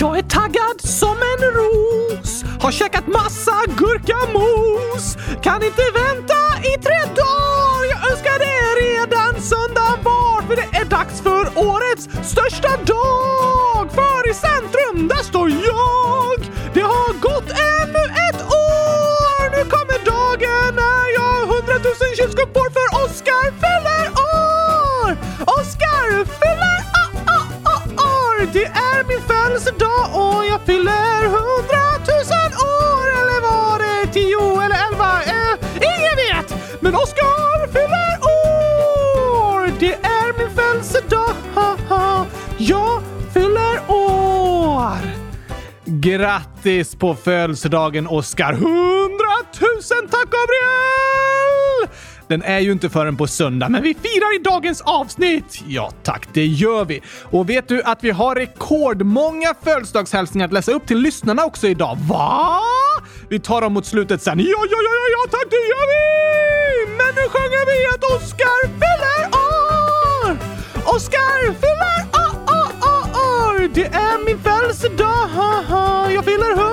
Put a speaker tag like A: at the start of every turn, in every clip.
A: Jag är taggad som en ros, har käkat massa gurkamos, kan inte vänta i 3 dagar. Jag önskar det redan söndag var, för det är dags för årets största dag. För i centrum, där står jag. Det har gått ännu ett år. Nu kommer dagen när jag 100 000 kylskåpsbord för Oscar fyller år. Oscar fyller år. Det är min födelsedag och jag fyller 100 000 år. Eller var det 10 eller 11? Ingen vet. Men Oscar fyller år. Det är min födelsedag. Jag fyller år. Grattis på födelsedagen, Oscar. 100 000 tack, Gabriel! Den är ju inte förrän på söndag, men vi firar i dagens avsnitt. Ja tack, det gör vi. Och vet du att vi har rekordmånga födelsedagshälsningar att läsa upp till lyssnarna också idag? Va? Vi tar dem mot slutet sen. Ja tack, det gör vi! Men nu sjunger vi att Oscar fyller år! Oscar fyller år! Det är min födelsedag. Jag fyller 100 000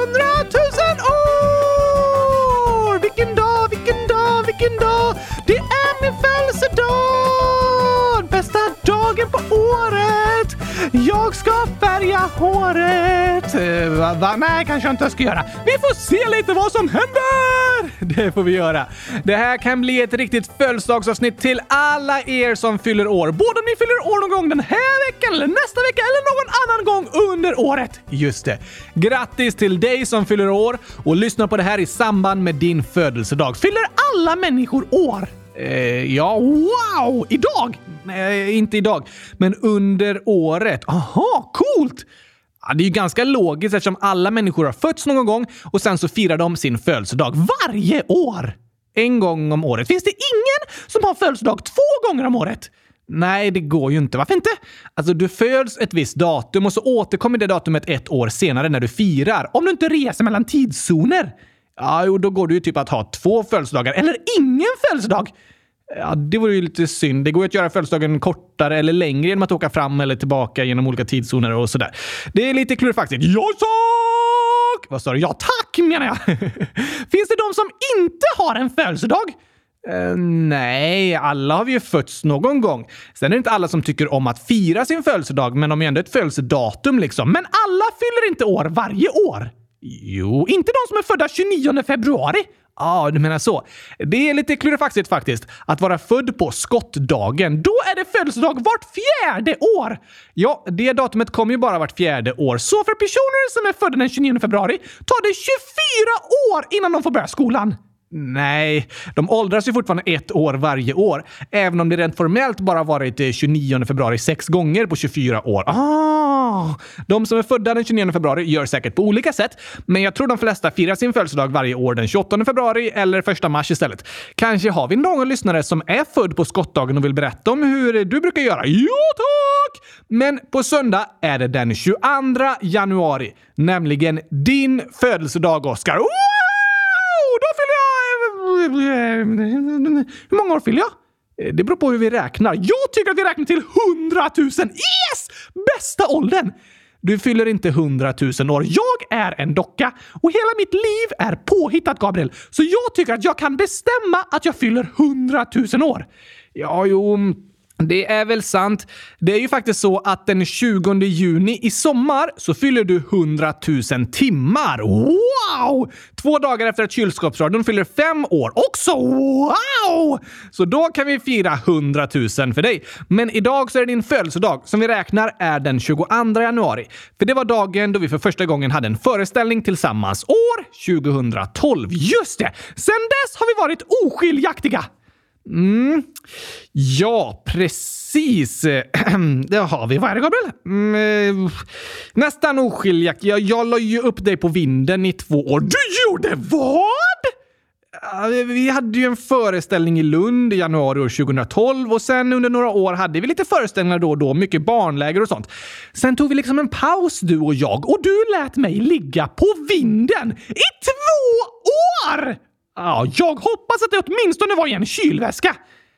A: år! Vilken dag, vilken dag, vilken dag! Det är min födelsedag! Bästa dagen på året! Jag ska färga håret. Nej, kanske jag inte ska göra. Vi får se lite vad som händer! Det får vi göra. Det här kan bli ett riktigt födelsedagsavsnitt till alla er som fyller år. Både om ni fyller år någon gång den här veckan eller nästa vecka eller någon annan gång under året. Just det. Grattis till dig som fyller år och lyssna på det här i samband med din födelsedag. Fyller alla människor år? Ja, wow! Idag? Nej, inte idag. Men under året. Aha, coolt! Ja, det är ju ganska logiskt eftersom alla människor har fötts någon gång och sen så firar de sin födelsedag varje år. En gång om året. Finns det ingen som har födelsedag 2 gånger om året? Nej, det går ju inte. Varför inte? Alltså, du föds ett visst datum och så återkommer det datumet 1 år senare när du firar. Om du inte reser mellan tidszoner. Ja, jo, då går det ju typ att ha 2 födelsedagar eller ingen födelsedag. Ja, det vore ju lite synd. Det går ju att göra födelsedagen kortare eller längre genom att åka fram eller tillbaka genom olika tidszoner och sådär. Det är lite klurigt faktiskt. Ja, tack! Vad sa du? Ja, tack menar jag. Finns det de som inte har en födelsedag? Nej, alla har vi ju fötts någon gång. Sen är det inte alla som tycker om att fira sin födelsedag, men de är ändå ett födelsedatum liksom. Men alla fyller inte år varje år. Jo, inte de som är födda 29 februari. Ja, du menar så. Det är lite klurifaxigt faktiskt. Att vara född på skottdagen, då är det födelsedag vart 4:e år. Ja, det datumet kommer ju bara vart 4:e år. Så för personer som är födda den 29 februari tar det 24 år innan de får börja skolan. Nej, de åldras ju fortfarande 1 år varje år. Även om det rent formellt bara varit 29 februari 6 gånger på 24 år. De som är födda den 29 februari gör säkert på olika sätt. Men jag tror de flesta firar sin födelsedag varje år den 28 februari eller 1 mars istället. Kanske har vi någon lyssnare som är född på skottdagen och vill berätta om hur du brukar göra. Ja, tack! Men på söndag är det den 22 januari. Nämligen din födelsedag, Oscar. Wow! Då fyller jag... Hur många år fyller jag? Det beror på hur vi räknar. Jag tycker att vi räknar till 100 000. Yes! Bästa åldern! Du fyller inte 100 000 år. Jag är en docka och hela mitt liv är påhittat, Gabriel. Så jag tycker att jag kan bestämma att jag fyller 100 000 år. Ja, jo... Det är väl sant. Det är ju faktiskt så att den 20 juni i sommar så fyller du 100 000 timmar. Wow! 2 dagar efter att kylskåpsradion fyller 5 år. Också wow! Så då kan vi fira 100 000 för dig. Men idag så är det din födelsedag som vi räknar är den 22 januari. För det var dagen då vi för första gången hade en föreställning tillsammans. År 2012. Just det! Sen dess har vi varit oskiljaktiga. Ja, precis. Det har vi. Vad är det, Gabriel? Nästan oskiljaktiga. Jag la ju upp dig på vinden i 2 år. Du gjorde vad? Vi hade ju en föreställning i Lund i januari år 2012 och sen under några år hade vi lite föreställningar då och då, mycket barnläger och sånt. Sen tog vi liksom en paus, du och jag, och du lät mig ligga på vinden i 2 år! Ja, jag hoppas att det åtminstone var i en kylväska.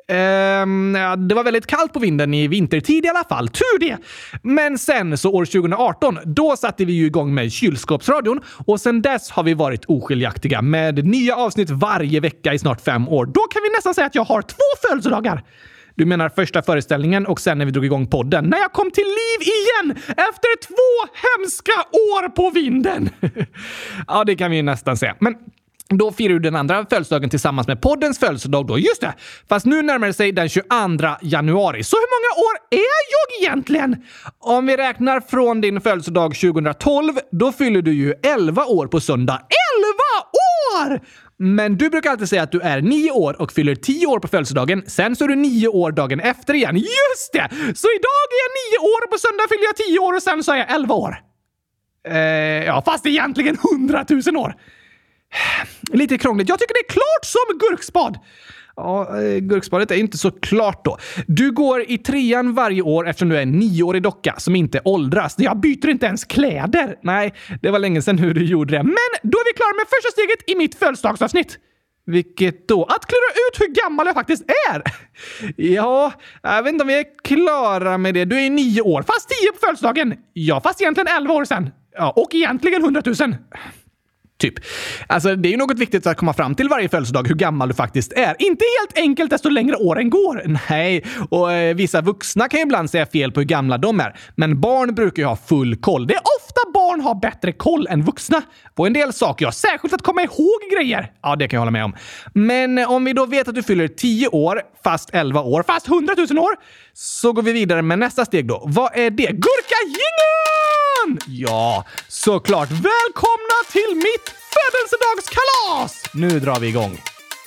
A: Det var väldigt kallt på vinden i vintertid i alla fall. Tur det! Men sen så år 2018, då satte vi ju igång med kylskåpsradion och sen dess har vi varit oskiljaktiga med nya avsnitt varje vecka i snart 5 år. Då kan vi nästan säga att jag har 2 födelsedagar. Du menar första föreställningen och sen när vi drog igång podden. När jag kom till liv igen efter 2 hemska år på vinden. Ja, det kan vi nästan säga. Men då firar du den andra födelsedagen tillsammans med poddens födelsedag då. Just det. Fast nu närmar det sig den 22 januari. Så hur många år är jag egentligen? Om vi räknar från din födelsedag 2012, då fyller du ju 11 år på söndag. 11 år! Men du brukar alltid säga att du är 9 år och fyller 10 år på födelsedagen. Sen så är du 9 år dagen efter igen. Just det! Så idag är jag 9 år och på söndag fyller jag 10 år och sen så är jag 11 år. Ja, fast egentligen 100 000 år. Lite krångligt. Jag tycker det är klart som gurkspad. Ja, gurkspadet är inte så klart då. Du går i 3:an varje år eftersom du är en 9-årig docka som inte åldras. Jag byter inte ens kläder. Nej, det var länge sedan hur du gjorde det. Men då är vi klara med första steget i mitt födelsedagsavsnitt. Vilket då? Att klura ut hur gammal jag faktiskt är. Ja, jag vet inte om vi är klara med det. Du är 9 år, fast 10 på födelsedagen. Ja, fast egentligen 11 år sedan. Ja, och egentligen 100 000. Typ. Alltså, det är ju något viktigt att komma fram till varje födelsedag hur gammal du faktiskt är. Inte helt enkelt desto längre åren går. Nej, och vissa vuxna kan ju ibland säga fel på hur gamla de är. Men barn brukar ju ha full koll. Det är ofta barn har bättre koll än vuxna på en del saker. Ja, särskilt att komma ihåg grejer. Ja, det kan jag hålla med om. Men om vi då vet att du fyller 10 år, fast 11 år, fast 100 000 år, så går vi vidare med nästa steg då. Vad är det? Gurkagingen! Ja, såklart. Välkomna till mitt födelsedagskalas! Nu drar vi igång.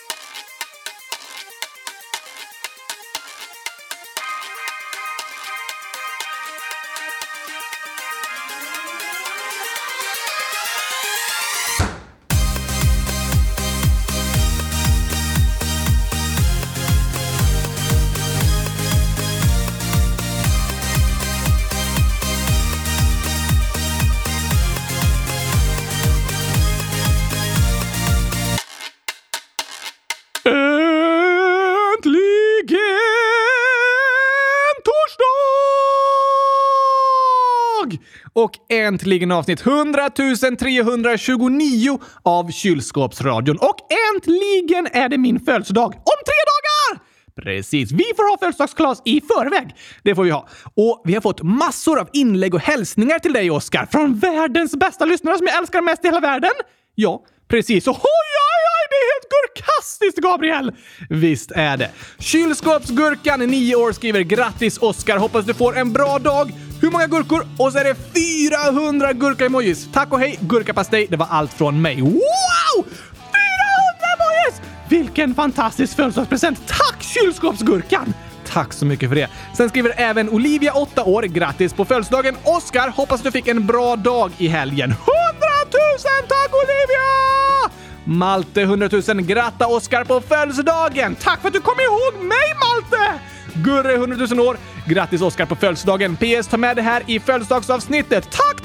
A: Och äntligen avsnitt 100 329 av Kylskåpsradion. Och äntligen är det min födelsedag om 3 dagar! Precis, vi får ha födelsedagskalas i förväg. Det får vi ha. Och vi har fått massor av inlägg och hälsningar till dig, Oskar. Från världens bästa lyssnare som jag älskar mest i hela världen. Ja, precis. Och det är helt gurkastiskt, Gabriel! Visst är det. Kylskåpsgurkan 9 år skriver grattis, Oskar. Hoppas du får en bra dag. Hur många gurkor? Och så är det 400 gurka-emojis. Tack och hej, gurkapastej. Det var allt från mig. Wow! 400 emojis! Vilken fantastisk födelsedagspresent. Tack, Kylskåpsgurkan! Tack så mycket för det. Sen skriver även Olivia 8 år. Grattis på födelsedagen. Oskar, hoppas du fick en bra dag i helgen. 100 000 tack, Olivia! Malte 100 000. Gratta Oskar på födelsedagen. Tack för att du kom ihåg mig, Malte! Gurre 100 000 år. Grattis Oskar på födelsedagen. PS, ta med det här i födelsedagsavsnittet. Tack,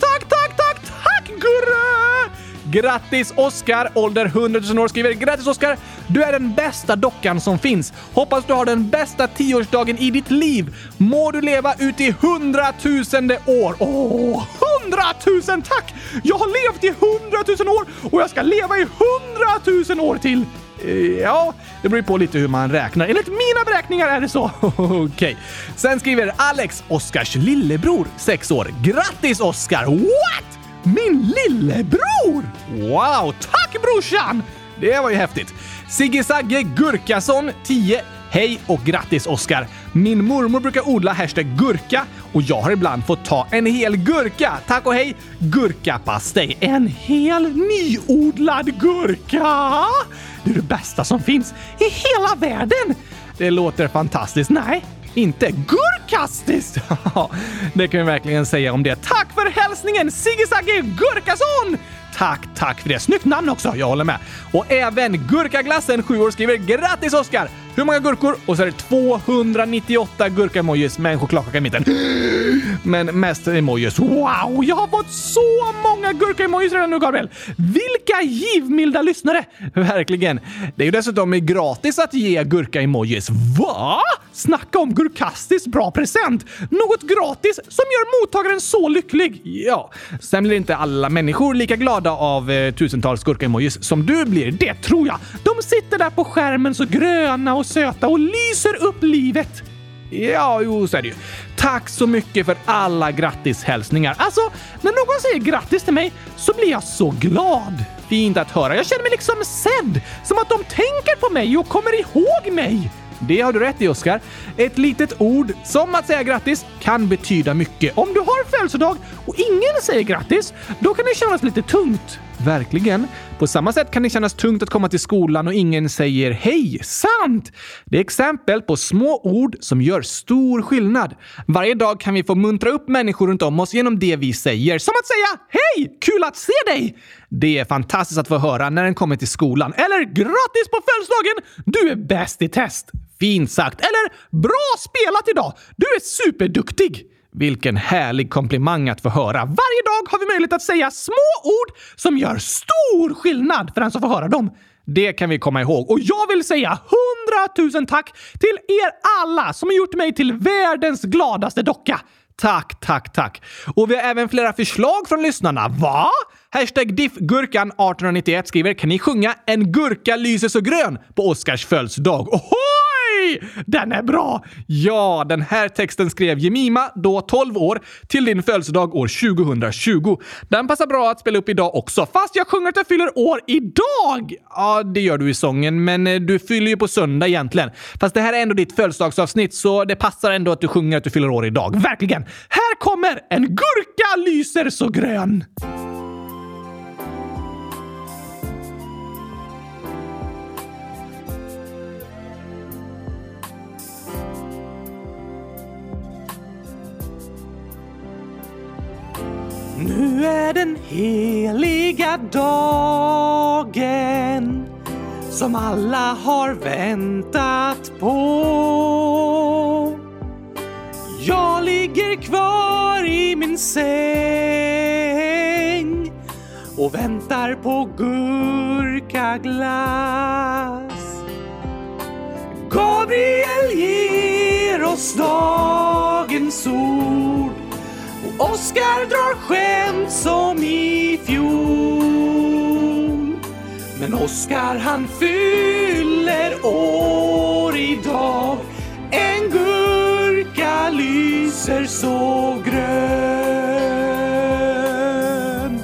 A: Gurre! Grattis Oskar, ålder 100 000 år skriver. Grattis Oskar, du är den bästa dockan som finns. Hoppas du har den bästa 10-årsdagen i ditt liv. Må du leva ut i 100 000 år. 100 000 tack! Jag har levt i 100 000 år och jag ska leva i 100 000 år till. Ja, det beror på lite hur man räknar. Enligt mina beräkningar är det så. Okej. Sen skriver Alex, Oskars lillebror, 6 år. Grattis Oskar! What? Min lillebror! Wow, tack brorsan! Det var ju häftigt. Sigge Sagge Gurkason, 10. Hej och grattis Oskar. Min mormor brukar odla #gurka och jag har ibland fått ta en hel gurka. Tack och hej, gurkapastej. En hel nyodlad gurka! Det är det bästa som finns i hela världen. Det låter fantastiskt. Nej, inte gurkastiskt. Det kan vi verkligen säga om det. Tack för hälsningen, Sigge Sagge Gurkason! Tack för det. Snyggt namn också, jag håller med. Och även Gurkaglassen 7 år skriver grattis Oskar! Hur många gurkor? Och så är det 298 gurka-emojis med en chokladkaka i mitten. Men mest emojis. Wow, jag har fått så många gurka-emojis redan nu, Gabriel. Vilka givmilda lyssnare. Verkligen. Det är ju dessutom gratis att ge gurka-emojis. Va? Snacka om gurkastiskt bra present. Något gratis som gör mottagaren så lycklig. Ja, sen blir inte alla människor lika glada av tusentals gurka-emojis som du blir. Det tror jag. De sitter där på skärmen så gröna och söta och lyser upp livet. Ja, jo, så är det ju. Tack så mycket för alla grattishälsningar. Alltså, när någon säger grattis till mig så blir jag så glad. Fint att höra. Jag känner mig liksom sedd. Som att de tänker på mig och kommer ihåg mig. Det har du rätt i, Oskar. Ett litet ord, som att säga grattis, kan betyda mycket. Om du har födelsedag och ingen säger grattis, då kan det kännas lite tungt. Verkligen. På samma sätt kan det kännas tungt att komma till skolan och ingen säger hej. Sant! Det är exempel på små ord som gör stor skillnad. Varje dag kan vi få muntra upp människor runt om oss genom det vi säger. Som att säga hej! Kul att se dig! Det är fantastiskt att få höra när den kommer till skolan. Eller grattis på födelsedagen! Du är bäst i test. Fint sagt. Eller bra spelat idag! Du är superduktig! Vilken härlig komplimang att få höra. Varje dag har vi möjlighet att säga små ord som gör stor skillnad för den som får höra dem. Det kan vi komma ihåg. Och jag vill säga 100 000 tack till er alla som har gjort mig till världens gladaste docka. Tack, tack, tack. Och vi har även flera förslag från lyssnarna. Va? #diffgurkan1891 skriver: kan ni sjunga En gurka lyser så grön på Oskars födelsedag? Ohoj! Den är bra! Ja, den här texten skrev Jemima, då 12 år, till din födelsedag år 2020. Den passar bra att spela upp idag också, fast jag sjunger att jag fyller år idag! Ja, det gör du i sången, men du fyller ju på söndag egentligen. Fast det här är ändå ditt födelsedagsavsnitt, så det passar ändå att du sjunger att du fyller år idag. Verkligen! Här kommer En gurka lyser så grön! Nu är den heliga dagen som alla har väntat på. Jag ligger kvar i min säng och väntar på gurkaglass. Gabriel ger oss dagens ord. Oskar drar skämt som i fjol. Men Oskar han fyller år idag. En gurka lyser så grön.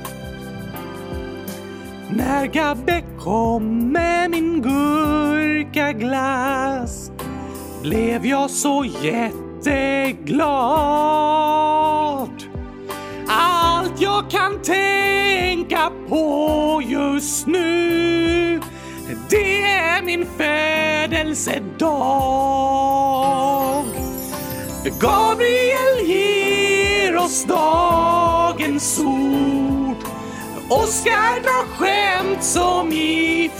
A: När Gabbe kom med min gurkaglass blev jag så jätteglad. Allt jag kan tänka på just nu, det är min födelsedag. Gabriel ger oss dagens ord. Oskar drar skämt som i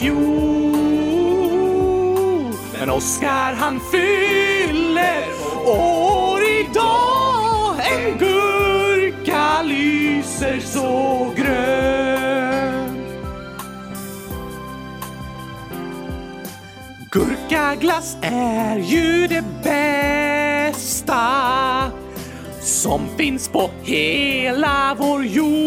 A: fjol. Men Oskar han fyller år idag. En gurka lyser så grön. Gurkaglass är ju det bästa som finns på hela vår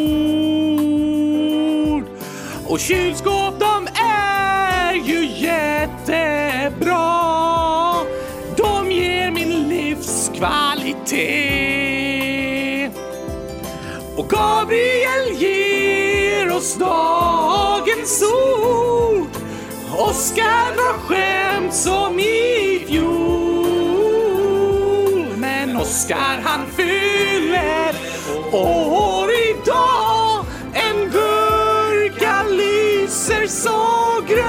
A: jord. Och kylskåp de är ju jättebra. De ger min livskvalitet. Och Gabriel ger oss dagens ord. Oskar drar skämt som i fjol. Men Oskar han fyller år idag. En gurka lyser så grön.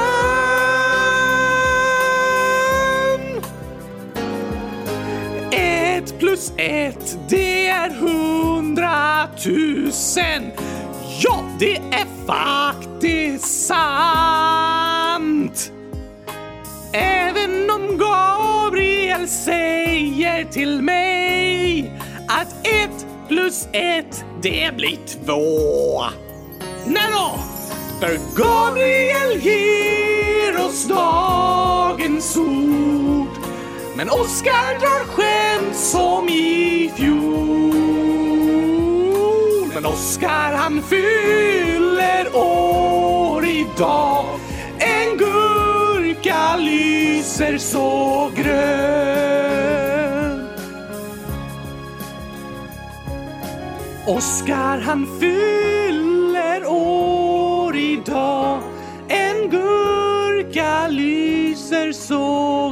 A: 1 + 1 det är 100 000. Ja, det är faktiskt sant. Även om Gabriel säger till mig att 1 + 1 det blir 2. Nej då! För Gabriel ger oss dagens ord. Men Oskar drar skämt som i fjol. Men Oskar han fyller år idag. En gurka lyser så grön. Oskar han fyller år idag. En gurka lyser så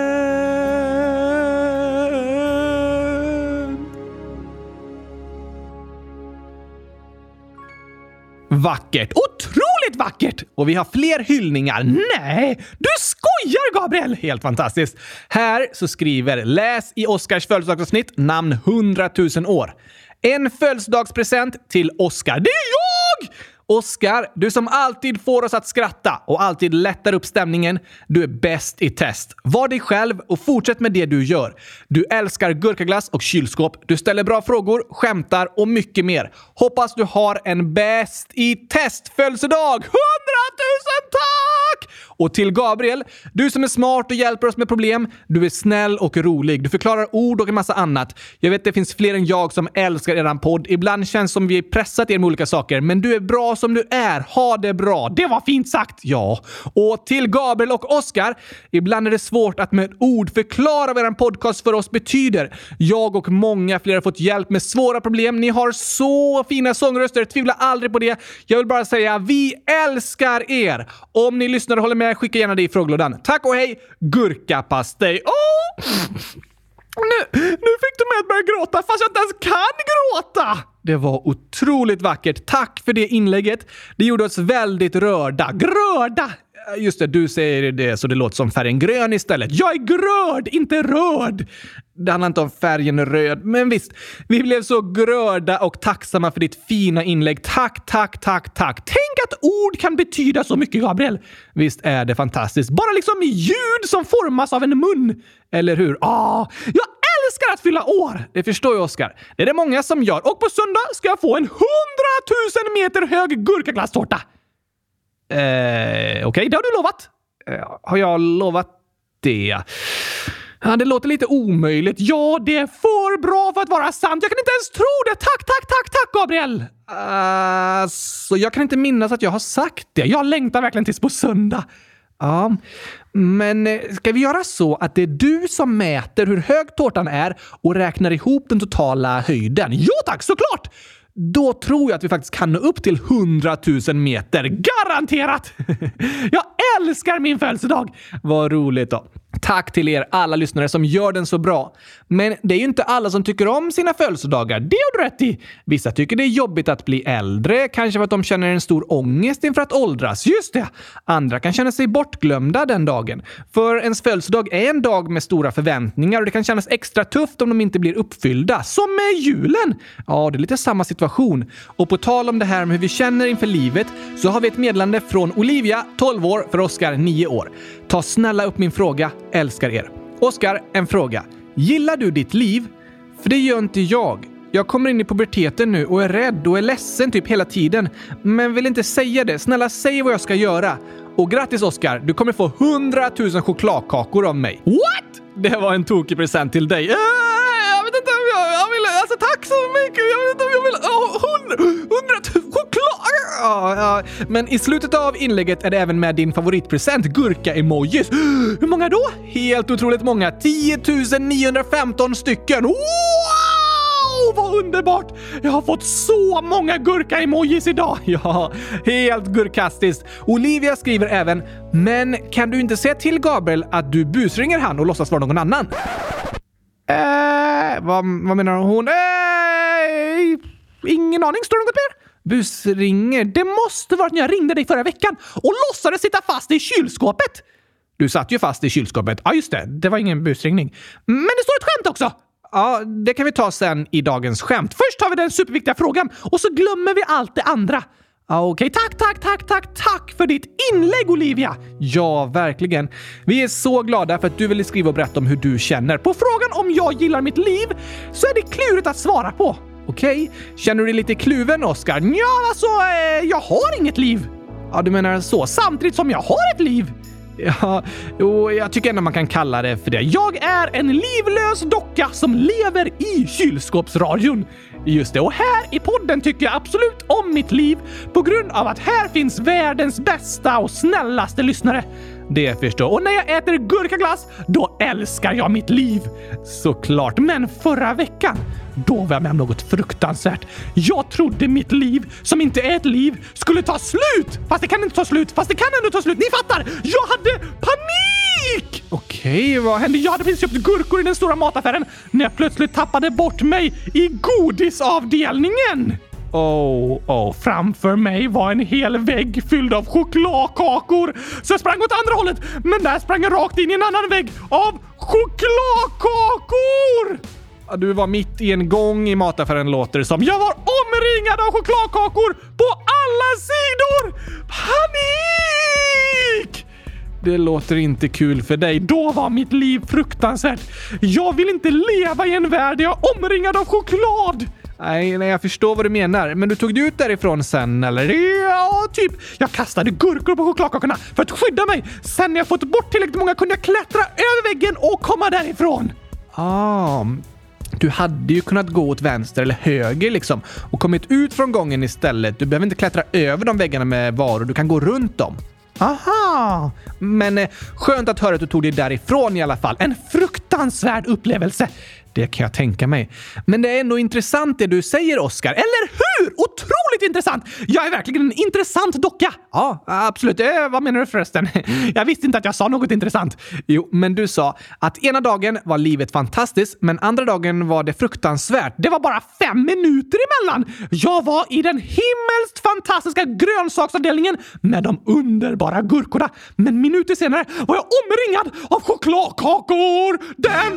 A: grön. Vackert, otroligt vackert! Och vi har fler hyllningar. Nej, du skojar Gabriel! Helt fantastiskt. Här så skriver läs i Oskars födelsedagsavsnitt namn 100 000 år. En födelsedagspresent till Oskar. Det är jag! Oskar, du som alltid får oss att skratta och alltid lättar upp stämningen. Du är bäst i test. Var dig själv och fortsätt med det du gör. Du älskar gurkaglass och kylskåp. Du ställer bra frågor, skämtar och mycket mer. Hoppas du har en bäst i test-födelsedag. 100 000 tack! Och till Gabriel, du som är smart och hjälper oss med problem. Du är snäll och rolig. Du förklarar ord och en massa annat. Jag vet det finns fler än jag som älskar eran podd. Ibland känns som vi pressat er med olika saker. Men du är bra som du är. Ha det bra. Det var fint sagt. Ja. Och till Gabriel och Oskar. Ibland är det svårt att med ord förklara vad eran podcast för oss betyder. Jag och många fler har fått hjälp med svåra problem. Ni har så fina sångröster. Tvivla aldrig på det. Jag vill bara säga, vi älskar er. Om ni lyssnar och håller med, skicka gärna det i frågelådan. Tack och hej, gurkapastej. Nu fick du mig att börja gråta fast jag inte ens kan gråta. Det var otroligt vackert. Tack för det inlägget. Det gjorde oss väldigt rörda. Grörda! Just det, du säger det så det låter som färgen grön istället. Jag är grörd, inte rörd. Det handlar inte om färgen röd. Men visst, vi blev så grörda och tacksamma för ditt fina inlägg. Tack. Tänk att ord kan betyda så mycket, Gabriel. Visst är det fantastiskt. Bara liksom ljud som formas av en mun. Eller hur? Jag älskar att fylla år. Det förstår jag, Oskar. Det är det många som gör. Och på söndag ska jag få en 100 000 meter hög gurkaglasstårta. Okej, det har du lovat. Har jag lovat det? Ja, det låter lite omöjligt. Ja, det är för bra för att vara sant. Jag kan inte ens tro det. Tack, Gabriel. Så jag kan inte minnas att jag har sagt det. Jag längtar verkligen tills på söndag. Ja, men ska vi göra så att det är du som mäter hur hög tårtan är och räknar ihop den totala höjden? Jo tack, såklart! Då tror jag att vi faktiskt kan nå upp till 100 000 meter. Garanterat! Jag älskar min födelsedag! Vad roligt då. Tack till er alla lyssnare som gör den så bra. Men det är ju inte alla som tycker om sina födelsedagar. Det har du rätt i. Vissa tycker det är jobbigt att bli äldre. Kanske för att de känner en stor ångest inför att åldras. Just det. Andra kan känna sig bortglömda den dagen. För ens födelsedag är en dag med stora förväntningar. Och det kan kännas extra tufft om de inte blir uppfyllda. Som med julen. Ja, det är lite samma situation. Och på tal om det här med hur vi känner inför livet så har vi ett meddelande från Olivia, 12 år, för Oskar, 9 år. Ta snälla upp min fråga. Älskar er. Oskar, en fråga. Gillar du ditt liv? För det gör inte jag. Jag kommer in i puberteten nu och är rädd och är ledsen typ hela tiden. Men vill inte säga det. Snälla, säg vad jag ska göra. Och grattis Oskar, du kommer få 100 000 chokladkakor av mig. What? Det var en tokig present till dig. Jag vet inte om jag vill... Alltså tack så mycket. Jag vet inte om jag vill... 100 000 choklad. Men i slutet av inlägget är det även med din favoritpresent, gurka-emojis. Hur många då? Helt otroligt många. 10 915 stycken. Wow! Vad underbart! Jag har fått så många gurka-emojis idag. Ja, helt gurkastiskt. Olivia skriver även, men kan du inte säga till Gabriel att du busringer han och låtsas vara någon annan? Vad menar hon? Ingen aning, står det något mer? Busringer? Det måste vara när jag ringde dig förra veckan och låtsades sitta fast i kylskåpet. Du satt ju fast i kylskåpet. Ja, just det. Det var ingen busringning. Men det står ett skämt också. Ja, det kan vi ta sen i dagens skämt. Först tar vi den superviktiga frågan och så glömmer vi allt det andra. Okej, tack för ditt inlägg, Olivia. Ja, verkligen. Vi är så glada för att du ville skriva och berätta om hur du känner. På frågan om jag gillar mitt liv så är det klurigt att svara på. Okej, känner du dig lite kluven, Oscar? Ja, alltså, jag har inget liv. Ja, du menar så, samtidigt som jag har ett liv? Ja, jag tycker ändå man kan kalla det för det. Jag är en livlös docka som lever i kylskåpsradion. Just det, och här i podden tycker jag absolut om mitt liv på grund av att här finns världens bästa och snällaste lyssnare. Det förstår. Och när jag äter gurkaglass, då älskar jag mitt liv. Såklart, men förra veckan, då var jag med om något fruktansvärt. Jag trodde mitt liv, som inte är ett liv, skulle ta slut. Fast det kan inte ta slut, fast det kan ändå ta slut. Ni fattar, jag hade panik! Okej, vad hände? Jag hade precis köpt gurkor i den stora mataffären när jag plötsligt tappade bort mig i godisavdelningen. Framför mig var en hel vägg fylld av chokladkakor. Så jag sprang åt andra hållet, men där sprang jag rakt in i en annan vägg av chokladkakor. Du var mitt i en gång i mataffären, låter det som. Jag var omringad av chokladkakor på alla sidor. Panik! Det låter inte kul för dig. Då var mitt liv fruktansvärt. Jag vill inte leva i en värld där jag är omringad av choklad. Nej, jag förstår vad du menar. Men du tog dig ut därifrån sen, eller? Ja, typ. Jag kastade gurkor på chokladkakorna för att skydda mig. Sen när jag fått bort tillräckligt många kunde jag klättra över väggen och komma därifrån. Du hade ju kunnat gå åt vänster eller höger liksom och kommit ut från gången istället. Du behöver inte klättra över de väggarna med varor. Du kan gå runt dem. Aha! Men skönt att höra att du tog dig därifrån i alla fall. En fruktansvärd upplevelse. Det kan jag tänka mig. Men det är ändå intressant det du säger, Oscar. Eller hur? Otroligt intressant! Jag är verkligen en intressant docka. Ja, absolut. Vad menar du förresten? Jag visste inte att jag sa något intressant. Jo, men du sa att ena dagen var livet fantastiskt, men andra dagen var det fruktansvärt. Det var bara 5 minuter emellan. Jag var i den himmelskt fantastiska grönsaksavdelningen med de underbara gurkorna. Men minuter senare var jag omringad av chokladkakor. Den.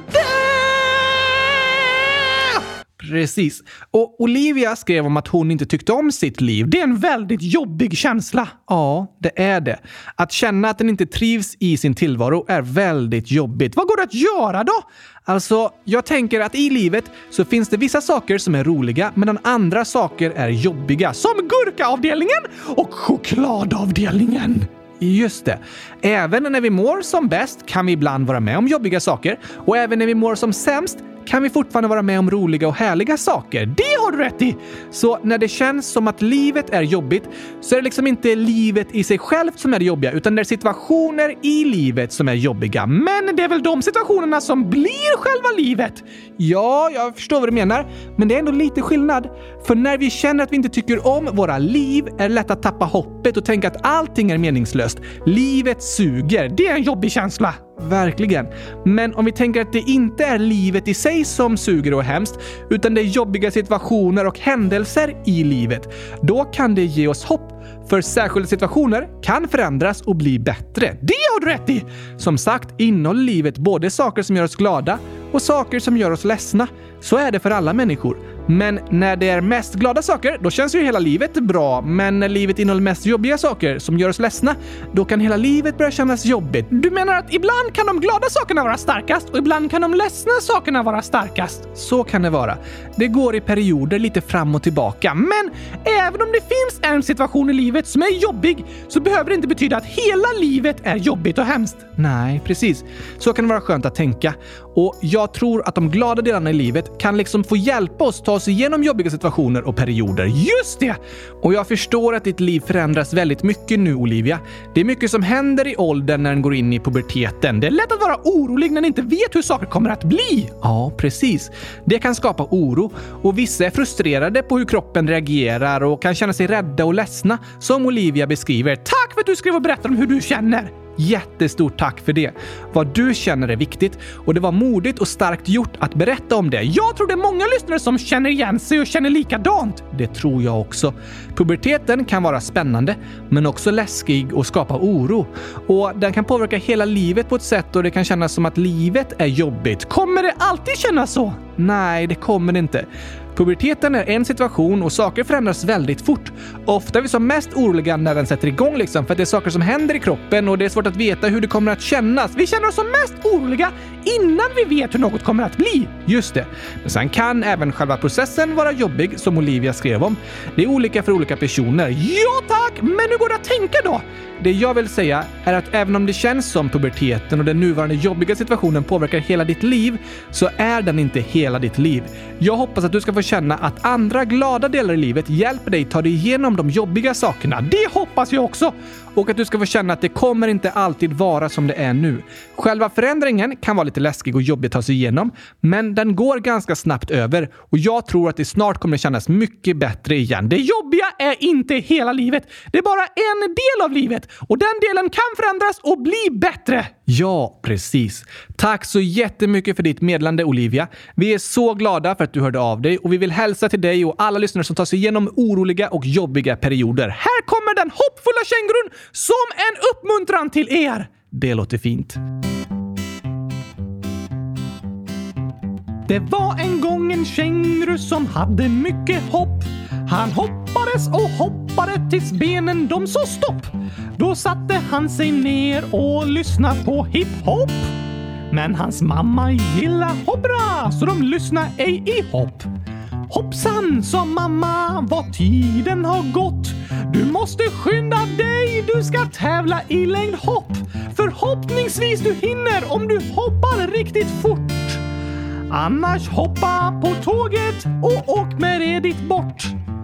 A: Precis. Och Olivia skrev om att hon inte tyckte om sitt liv. Det är en väldigt jobbig känsla. Ja, det är det. Att känna att den inte trivs i sin tillvaro är väldigt jobbigt. Vad går det att göra då? Alltså, jag tänker att i livet så finns det vissa saker som är roliga medan andra saker är jobbiga. Som gurkaavdelningen och chokladavdelningen. Just det. Även när vi mår som bäst kan vi ibland vara med om jobbiga saker. Och även när vi mår som sämst kan vi fortfarande vara med om roliga och härliga saker. Det har du rätt i! Så när det känns som att livet är jobbigt så är det liksom inte livet i sig självt som är det jobbiga, utan det är situationer i livet som är jobbiga. Men det är väl de situationerna som blir själva livet? Ja, jag förstår vad du menar. Men det är ändå lite skillnad. För när vi känner att vi inte tycker om våra liv är det lätt att tappa hoppet och tänka att allting är meningslöst. Livet suger. Det är en jobbig känsla. Verkligen. Men om vi tänker att det inte är livet i sig som suger och är hemskt, utan det är jobbiga situationer och händelser i livet, då kan det ge oss hopp. För särskilda situationer kan förändras och bli bättre. Det har du rätt i! Som sagt innehåller livet både saker som gör oss glada och saker som gör oss ledsna. Så är det för alla människor. Men när det är mest glada saker, då känns ju hela livet bra. Men när livet innehåller mest jobbiga saker som gör oss ledsna, då kan hela livet börja kännas jobbigt. Du menar att ibland kan de glada sakerna vara starkast och ibland kan de ledsna sakerna vara starkast? Så kan det vara. Det går i perioder lite fram och tillbaka. Men även om det finns en situation i livet som är jobbig så behöver det inte betyda att hela livet är jobbigt och hemskt. Nej, precis. Så kan det vara skönt att tänka. Och jag tror att de glada delarna i livet kan liksom få hjälpa oss ta oss igenom jobbiga situationer och perioder. Just det! Och jag förstår att ditt liv förändras väldigt mycket nu, Olivia. Det är mycket som händer i åldern när den går in i puberteten. Det är lätt att vara orolig när den inte vet hur saker kommer att bli. Ja, precis. Det kan skapa oro. Och vissa är frustrerade på hur kroppen reagerar och kan känna sig rädda och ledsna, som Olivia beskriver. Tack för att du skrev och berättade om hur du känner. Jättestort tack för det. Vad du känner är viktigt och det var modigt och starkt gjort att berätta om det. Jag tror det är många lyssnare som känner igen sig och känner likadant. Det tror jag också. Puberteten kan vara spännande men också läskig och skapa oro. Och den kan påverka hela livet på ett sätt och det kan kännas som att livet är jobbigt. Kommer det alltid kännas så? Nej, det kommer det inte. Puberteten är en situation och saker förändras väldigt fort. Ofta är vi som mest oroliga när den sätter igång liksom, för att det är saker som händer i kroppen och det är svårt att veta hur det kommer att kännas. Vi känner oss som mest oroliga innan vi vet hur något kommer att bli. Just det. Men sen kan även själva processen vara jobbig, som Olivia skrev om. Det är olika för olika personer. Ja tack, men hur går det att tänka då? Det jag vill säga är att även om det känns som puberteten och den nuvarande jobbiga situationen påverkar hela ditt liv, så är den inte hela ditt liv. Jag hoppas att du ska få känna att andra glada delar i livet hjälper dig ta dig igenom de jobbiga sakerna. Det hoppas jag också! Och att du ska få känna att det kommer inte alltid vara som det är nu. Själva förändringen kan vara lite läskig och jobbig att ta sig igenom, men den går ganska snabbt över och jag tror att det snart kommer kännas mycket bättre igen. Det jobbiga är inte hela livet. Det är bara en del av livet och den delen kan förändras och bli bättre. Ja, precis. Tack så jättemycket för ditt meddelande, Olivia. Vi är så glada för att du hörde av dig och vi vill hälsa till dig och alla lyssnare som tar sig igenom oroliga och jobbiga perioder. Här kommer den hoppfulla kängurun som en uppmuntran till er. Det låter fint. Det var en gång en känguru som hade mycket hopp. Han hoppades och hoppade tills benen de så stopp. Då satte han sig ner och lyssnade på hiphop. Men hans mamma gillar hoppra så de lyssnar ej i hopp. Hoppsan, sa mamma, vad tiden har gått. Du måste skynda dig, du ska tävla i längdhopp. Förhoppningsvis du hinner om du hoppar riktigt fort. Annars hoppa på tåget och åk med det dit bort.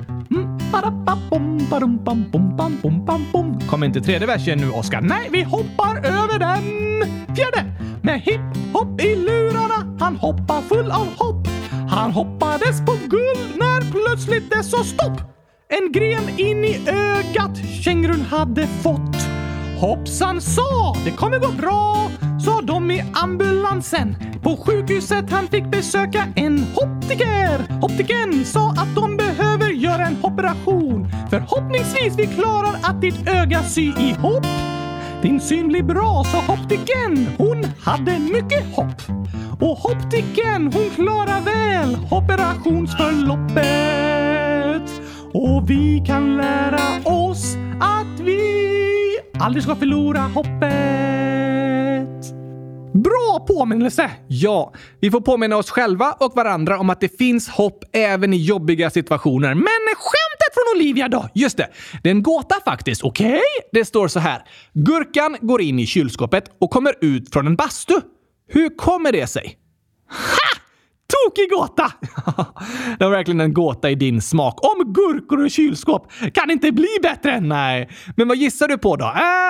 A: Kom inte tredje versen nu, Oskar. Nej, vi hoppar över den. Fjärde. Med hipp-hopp i lurarna, han hoppar full av hopp. Han hoppades på guld när plötsligt det så stopp. En gren in i ögat kängurun hade fått. Hoppsan sa, det kommer gå bra, sa de i ambulansen. På sjukhuset han fick besöka en optiker. Optiken sa att de behöver göra en operation. Förhoppningsvis vi klarar att ditt öga sy ihop. Din syn blir bra, sa optiken. Hon hade mycket hopp. Och optiken, hon klarar väl operationsförloppet. Och vi kan lära oss att vi aldrig ska förlora hoppet. Bra påminnelse! Ja, vi får påminna oss själva och varandra om att det finns hopp även i jobbiga situationer. Men skämtet från Olivia då? Just det, det är en gåta faktiskt, okej? Det står så här. Gurkan går in i kylskåpet och kommer ut från en bastu. Hur kommer det sig? Ha! Tokig gåta! Det var verkligen en gåta i din smak. Om gurkor och kylskåp kan inte bli bättre. Nej. Men vad gissar du på då?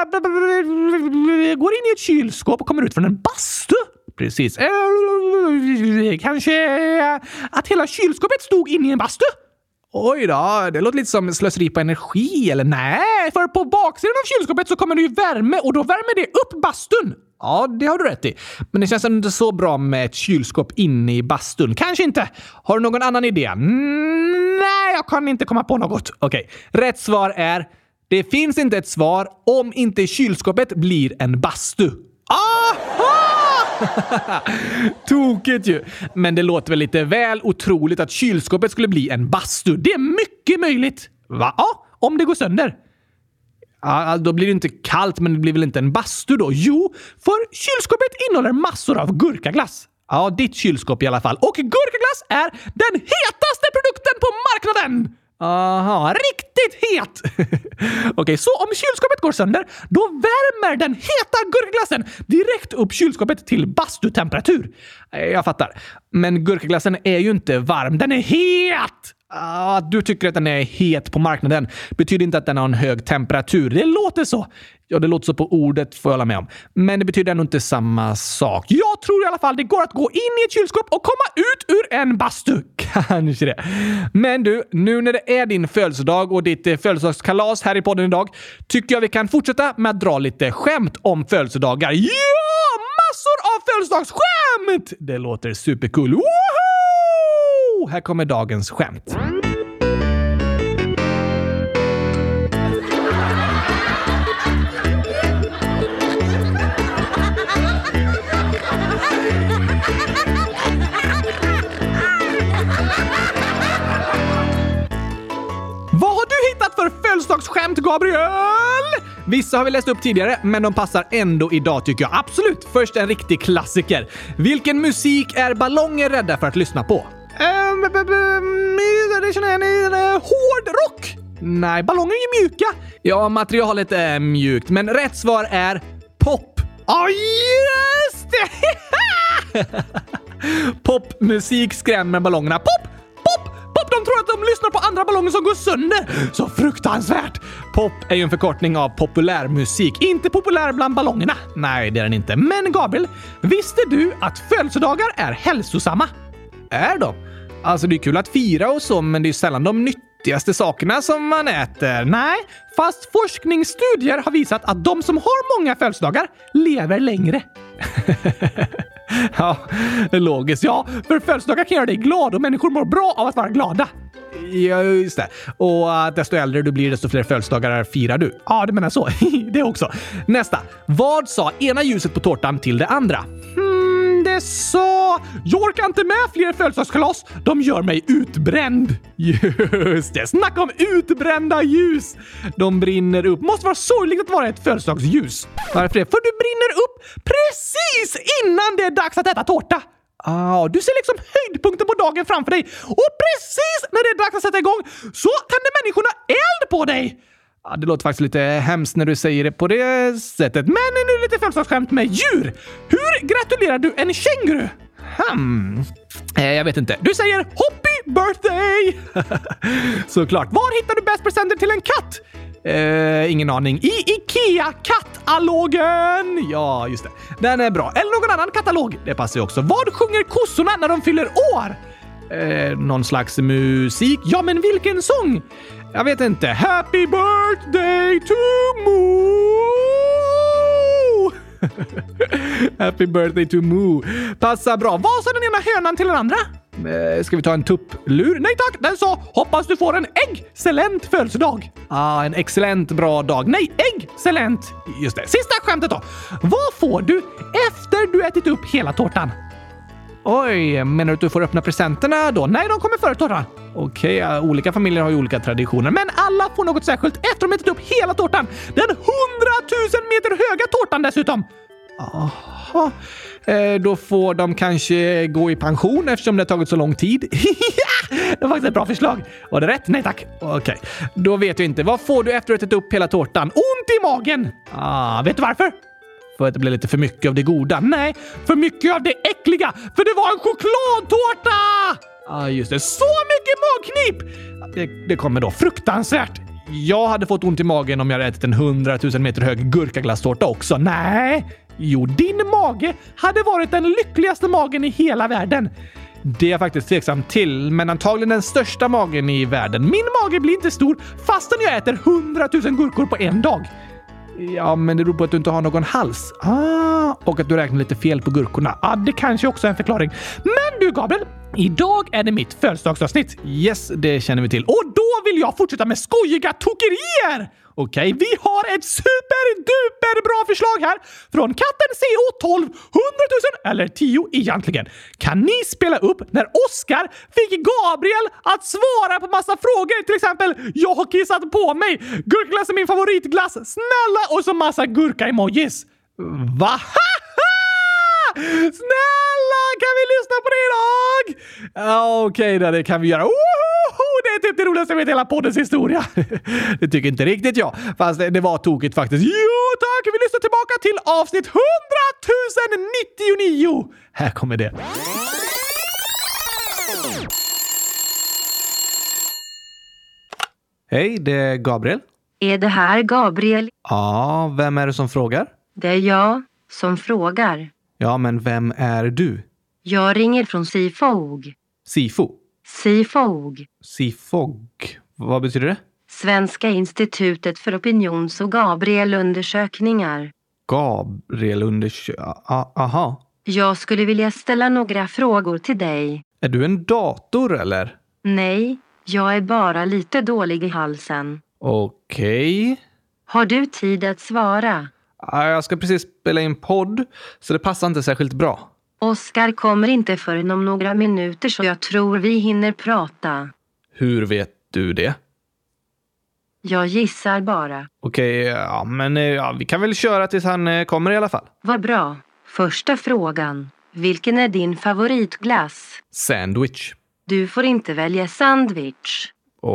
A: Går in i ett kylskåp och kommer ut från en bastu? Precis. Kanske att hela kylskåpet stod inne i en bastu? Oj då, det låter lite som slöseri på energi, eller nej? För på baksidan av kylskåpet så kommer det ju värme och då värmer det upp bastun. Ja, det har du rätt i. Men det känns inte så bra med ett kylskåp inne i bastun. Kanske inte. Har du någon annan idé? Nej, jag kan inte komma på något. Okej, rätt svar är det finns inte ett svar om inte kylskåpet blir en bastu. Aha! Tokigt ju. Men det låter väl lite väl otroligt att kylskåpet skulle bli en bastu. Det är mycket möjligt. Va? Ja, om det går sönder. Ja, då blir det inte kallt, men det blir väl inte en bastu då? Jo, för kylskåpet innehåller massor av gurkaglass. Ja, ditt kylskåp i alla fall. Och gurkaglass är den hetaste produkten på marknaden! Aha, riktigt het! Okej, så om kylskåpet går sönder, då värmer den heta gurkaglassen direkt upp kylskåpet till bastutemperatur. Jag fattar. Men gurkaglassen är ju inte varm, den är het! Att du tycker att den är het på marknaden betyder inte att den har en hög temperatur. Det låter så. Ja, det låter så på ordet, får jag hålla med om. Men det betyder ändå inte samma sak. Jag tror i alla fall det går att gå in i ett kylskåp och komma ut ur en bastu. Kanske det. Men du, nu när det är din födelsedag och ditt födelsedagskalas här i podden idag, tycker jag vi kan fortsätta med att dra lite skämt om födelsedagar. Ja! Massor av födelsedagsskämt! Det låter supercool. Woohoo! Här kommer dagens skämt. hittat för födelsedagsskämt, Gabriel? Vissa har vi läst upp tidigare, men de passar ändå idag tycker jag. Absolut, först en riktig klassiker. Vilken musik är ballonger rädda för att lyssna på? Det känner jag igen. Hårdrock? Nej, ballonger är ju mjuka. Ja, materialet är mjukt, men rätt svar är pop. Ja, just det! Popmusik skrämmer ballongerna. Pop! De tror att de lyssnar på andra ballonger som går sönder. Så fruktansvärt. Pop är ju en förkortning av populärmusik. Inte populär bland ballongerna. Nej, det är den inte. Men Gabriel, visste du att födelsedagar är hälsosamma? Är de? Alltså det är kul att fira och så, men det är sällan de nyttigaste sakerna som man äter. Nej, fast forskningsstudier har visat att de som har många födelsedagar lever längre. Ja, det är logiskt. Ja, för födelsedagar kan göra dig glad och människor mår bra av att vara glada. Ja, just det. Och desto äldre du blir, desto fler födelsedagar firar du. Ja, det menar så. Det också. Nästa. Vad sa ena ljuset på tårtan till det andra? Det sa... Jag orkar inte med fler födelsedagskalas. De gör mig utbränd. Just det. Snacka om utbrända ljus. De brinner upp. Måste vara sorgligt att vara ett födelsedagsljus. Varför det? För du brinner upp precis innan det är dags att äta tårta. Du ser liksom höjdpunkten på dagen framför dig. Och precis när det är dags att sätta igång så tänder människorna eld på dig. Ja, det låter faktiskt lite hemskt när du säger det på det sättet. Men nu är det lite födelsedagsskämt med djur. Hur gratulerar du en känguru? Jag vet inte. Du säger happy birthday! Såklart. Var hittar du bäst presenter till en katt? Ingen aning. I IKEA-katalogen! Ja, just det. Den är bra. Eller någon annan katalog. Det passar ju också. Vad sjunger kossorna när de fyller år? Någon slags musik. Ja, men vilken sång? Jag vet inte. Happy birthday to Moo! Happy birthday to Moo. Passar bra. Vad sa den ena hönan till den andra? Ska vi ta en tupplur? Nej tack, den sa hoppas du får en excellent födelsedag. En excellent bra dag. Nej, excellent. Just det. Sista skämtet då. Vad får du efter du ätit upp hela tårtan? Oj, menar du att du får öppna presenterna då? Nej, de kommer före tårtan. Okej, olika familjer har ju olika traditioner. Men alla får något särskilt efter de ätit upp hela tårtan. Den 100 000 meter höga tårtan dessutom. Aha. Då får de kanske gå i pension eftersom det har tagit så lång tid. Det var faktiskt ett bra förslag. Var det rätt? Nej tack. Okej, då vet jag inte. Vad får du efter att ha ätit upp hela tårtan? Ont i magen! Vet du varför? För att det blev lite för mycket av det goda. Nej, för mycket av det äckliga. För det var en chokladtårta! Just det. Så mycket magknip! Det kommer då. Fruktansvärt. Jag hade fått ont i magen om jag hade ätit en 100 000 meter hög gurkaglasstårta också. Nej. Jo, din mage hade varit den lyckligaste magen i hela världen. Det är jag faktiskt tveksam till, men antagligen den största magen i världen. Min mage blir inte stor fastän jag äter 100 000 gurkor på en dag. Ja, men det beror på att du inte har någon hals. Och att du räknar lite fel på gurkorna. Det kanske också är en förklaring. Men du Gabriel, idag är det mitt födelsedagsavsnitt. Yes, det känner vi till. Och då vill jag fortsätta med skojiga tokerier! Okej, vi har ett superduper bra förslag här från katten CO12 100 000 eller 10 egentligen. Kan ni spela upp när Oscar fick Gabriel att svara på massa frågor? Till exempel, jag har kissat på mig. Gurkglass är min favoritglass. Snälla, och så massa gurka-emojis. Va? Snälla, kan vi lyssna på det idag? Okej, det kan vi göra. Det är typ det roligaste jag vet i hela poddens historia. Det tycker inte riktigt jag. Fast det var tokigt faktiskt. Jo tack, vi lyssnar tillbaka till avsnitt 100 099. Här kommer det. Hej, det är Gabriel.
B: Är det här Gabriel?
A: Ja, vem är det som frågar?
B: Det är jag som frågar.
A: Ja, men vem är du?
B: Jag ringer från Sifog.
A: Sifo?
B: Sifog.
A: Sifog? Vad betyder det?
B: Svenska institutet för opinions- och Gabriel-undersökningar.
A: Aha.
B: Jag skulle vilja ställa några frågor till dig.
A: Är du en dator eller?
B: Nej, jag är bara lite dålig i halsen.
A: Okej.
B: Har du tid att svara?
A: Jag ska precis spela in podd, så det passar inte särskilt bra.
B: Oscar kommer inte förrän om några minuter, så jag tror vi hinner prata.
A: Hur vet du det?
B: Jag gissar bara.
A: Okej, ja, men vi kan väl köra tills han kommer i alla fall.
B: Vad bra. Första frågan. Vilken är din favoritglass?
A: Sandwich.
B: Du får inte välja sandwich.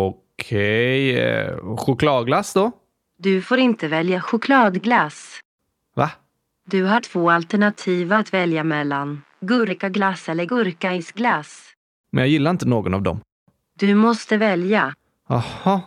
A: Okej, chokladglass då?
B: Du får inte välja chokladglass.
A: Va?
B: Du har 2 alternativ att välja mellan. Gurkaglass eller gurkaisglass.
A: Men jag gillar inte någon av dem.
B: Du måste välja.
A: Jaha.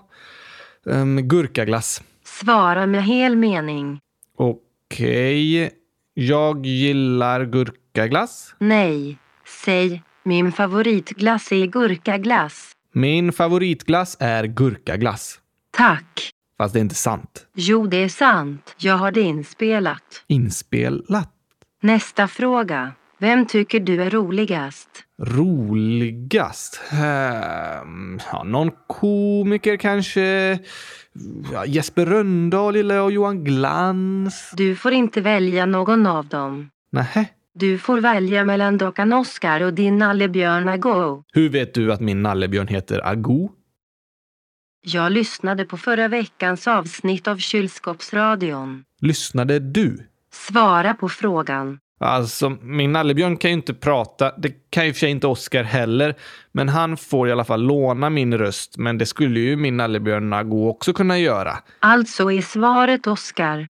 A: Gurkaglass.
B: Svara med hel mening.
A: Okej. Jag gillar gurkaglass.
B: Nej. Säg, min favoritglass är gurkaglass.
A: Min favoritglass är gurkaglass.
B: Tack.
A: Fast det är inte sant.
B: Jo, det är sant. Jag har det inspelat.
A: Inspelat?
B: Nästa fråga. Vem tycker du är roligast?
A: Roligast? Någon komiker kanske. Jesper Rönndahl gillar jag och Johan Glans.
B: Du får inte välja någon av dem.
A: Nähä.
B: Du får välja mellan dockan Oscar och din nallebjörn Ago.
A: Hur vet du att min nallebjörn heter Ago?
B: Jag lyssnade på förra veckans avsnitt av Kylskåpsradion.
A: Lyssnade du?
B: Svara på frågan.
A: Alltså, min nallebjörn kan ju inte prata. Det kan ju för sig inte Oscar heller. Men han får i alla fall låna min röst. Men det skulle ju min nallebjörn Nago också kunna göra.
B: Alltså är svaret Oscar.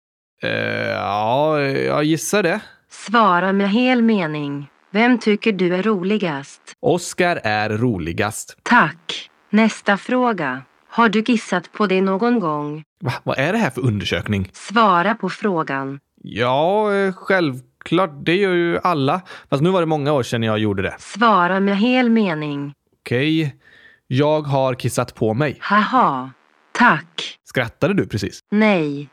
A: Ja, jag gissar det.
B: Svara med hel mening. Vem tycker du är roligast?
A: Oscar är roligast.
B: Tack. Nästa fråga. Har du gissat på det någon gång?
A: Va? Vad är det här för undersökning?
B: Svara på frågan.
A: Ja, självklart. Det gör ju alla. Fast nu var det många år sedan jag gjorde det.
B: Svara med hel mening.
A: Okej. Jag har kissat på mig.
B: Haha. Tack.
A: Skrattade du precis?
B: Nej.